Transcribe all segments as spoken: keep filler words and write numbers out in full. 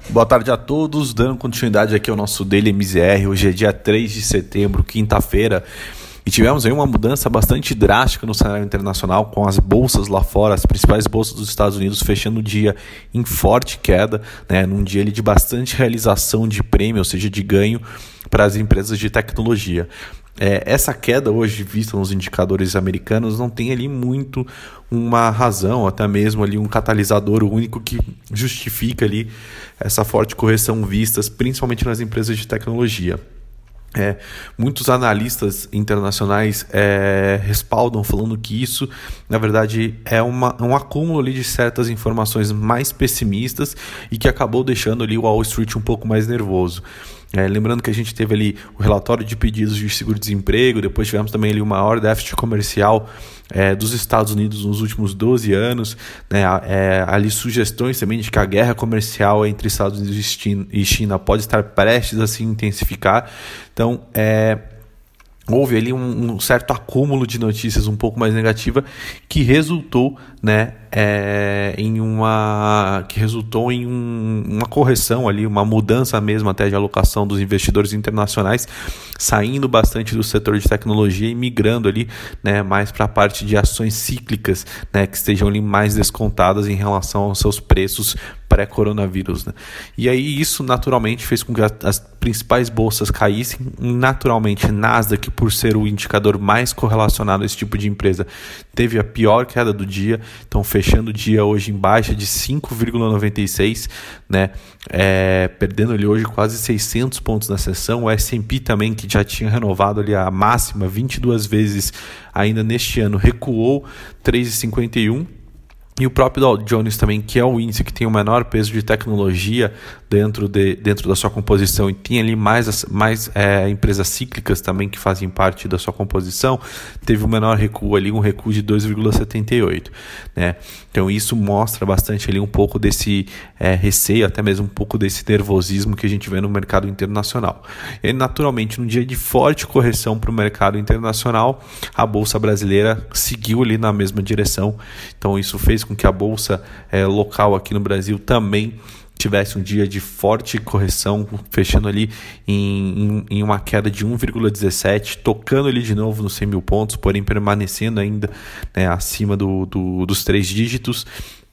Boa tarde a todos, dando continuidade aqui ao nosso Daily M Z R. Hoje é dia três de setembro, quinta-feira, e tivemos aí uma mudança bastante drástica no cenário internacional, com as bolsas lá fora, as principais bolsas dos Estados Unidos fechando o dia em forte queda, né, num dia ali de bastante realização de prêmio, ou seja, de ganho para as empresas de tecnologia. É, essa queda hoje vista nos indicadores americanos não tem ali muito uma razão, até mesmo ali um catalisador único que justifica ali essa forte correção vistas, principalmente nas empresas de tecnologia. É, muitos analistas internacionais é, respaldam falando que isso, na verdade, é uma, um acúmulo ali de certas informações mais pessimistas e que acabou deixando ali o Wall Street um pouco mais nervoso. É, lembrando que a gente teve ali o relatório de pedidos de seguro-desemprego, depois tivemos também ali o maior déficit comercial é, dos Estados Unidos nos últimos doze anos, né, é, ali sugestões também de que a guerra comercial entre Estados Unidos e China pode estar prestes a se intensificar. Então, é... houve ali um, um certo acúmulo de notícias um pouco mais negativa que resultou, né, é, em uma que resultou em um, uma correção ali, uma mudança mesmo até de alocação dos investidores internacionais, saindo bastante do setor de tecnologia e migrando ali, né, mais para a parte de ações cíclicas, né, que estejam ali mais descontadas em relação aos seus preços pré-coronavírus, né? E aí isso naturalmente fez com que as principais bolsas caíssem. Naturalmente, Nasdaq, por ser o indicador mais correlacionado a esse tipo de empresa, teve a pior queda do dia, então fechando o dia hoje em baixa de cinco vírgula noventa e seis, né? É, perdendo ali hoje quase seiscentos pontos na sessão. O S and P também, que já tinha renovado ali a máxima vinte e duas vezes ainda neste ano, recuou três vírgula cinquenta e um. E o próprio Dow Jones também, que é o índice que tem o menor peso de tecnologia dentro, de, dentro da sua composição e tem ali mais, mais é, empresas cíclicas também que fazem parte da sua composição, teve o menor recuo ali, um recuo de dois vírgula setenta e oito, né? Então isso mostra bastante ali um pouco desse é, receio, até mesmo um pouco desse nervosismo que a gente vê no mercado internacional. E naturalmente, num dia de forte correção para o mercado internacional, a Bolsa Brasileira seguiu ali na mesma direção. Então isso fez com que a bolsa é, local aqui no Brasil também tivesse um dia de forte correção, fechando ali em, em, em uma queda de um vírgula dezessete, tocando ali de novo nos cem mil pontos, porém permanecendo ainda, né, acima do, do, dos três dígitos.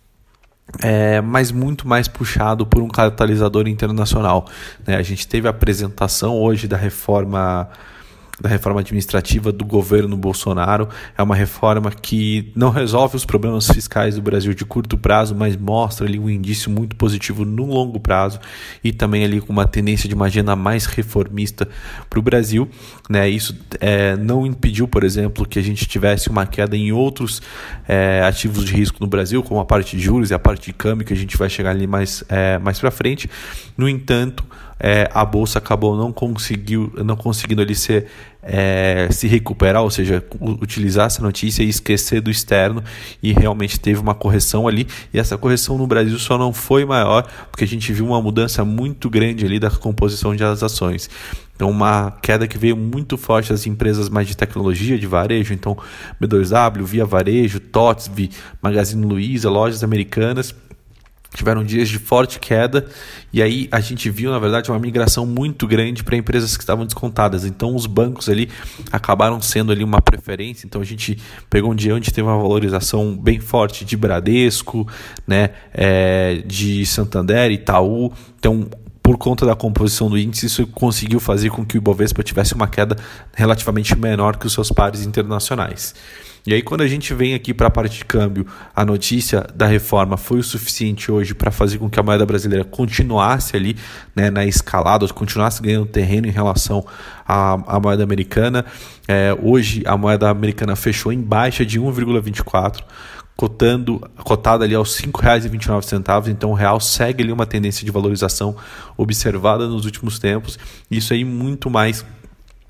É, mas muito mais puxado por um catalisador internacional, né? A gente teve a apresentação hoje da reforma da reforma administrativa do governo Bolsonaro. É uma reforma que não resolve os problemas fiscais do Brasil de curto prazo, mas mostra ali um indício muito positivo no longo prazo e também ali com uma tendência de uma agenda mais reformista para o Brasil, né? Isso é, não impediu, por exemplo, que a gente tivesse uma queda em outros é, ativos de risco no Brasil, como a parte de juros e a parte de câmbio, que a gente vai chegar ali mais, é, mais para frente. No entanto, É, a bolsa acabou não, conseguiu, não conseguindo ali ser, é, se recuperar, ou seja, utilizar essa notícia e esquecer do externo, e realmente teve uma correção ali, e essa correção no Brasil só não foi maior porque a gente viu uma mudança muito grande ali da composição das ações. Então, uma queda que veio muito forte das empresas mais de tecnologia, de varejo, então B dois W, Via Varejo, T O T S, Magazine Luiza, lojas americanas, tiveram dias de forte queda, e aí a gente viu, na verdade, uma migração muito grande para empresas que estavam descontadas. Então os bancos ali acabaram sendo ali uma preferência. Então a gente pegou um dia onde teve uma valorização bem forte de Bradesco, né, é, de Santander, Itaú. Então, por conta da composição do índice, isso conseguiu fazer com que o Ibovespa tivesse uma queda relativamente menor que os seus pares internacionais. E aí, quando a gente vem aqui para a parte de câmbio, a notícia da reforma foi o suficiente hoje para fazer com que a moeda brasileira continuasse ali, né, na escalada, continuasse ganhando terreno em relação à, à moeda americana. É, hoje, a moeda americana fechou em baixa de um vírgula vinte e quatro, cotando, cotada ali aos cinco reais e vinte e nove centavos. Então o real segue ali uma tendência de valorização observada nos últimos tempos. Isso aí muito mais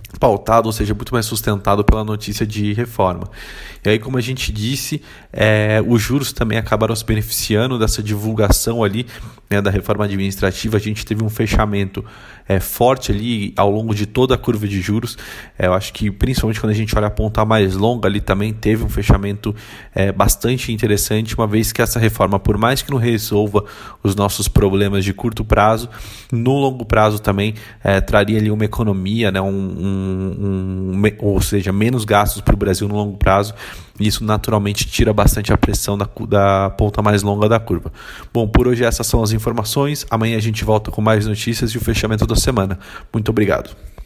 pautado, ou seja, muito mais sustentado pela notícia de reforma. E aí, como a gente disse, é, os juros também acabaram se beneficiando dessa divulgação ali, né, da reforma administrativa. A gente teve um fechamento é, forte ali ao longo de toda a curva de juros. É, eu acho que principalmente quando a gente olha a ponta mais longa ali também teve um fechamento é, bastante interessante, uma vez que essa reforma, por mais que não resolva os nossos problemas de curto prazo, no longo prazo também é, traria ali uma economia, né, um, um, um, ou seja, menos gastos para o Brasil no longo prazo. E isso naturalmente tira bastante a pressão da, da ponta mais longa da curva. Bom, por hoje essas são as informações. Amanhã a gente volta com mais notícias e o fechamento da semana. Muito obrigado.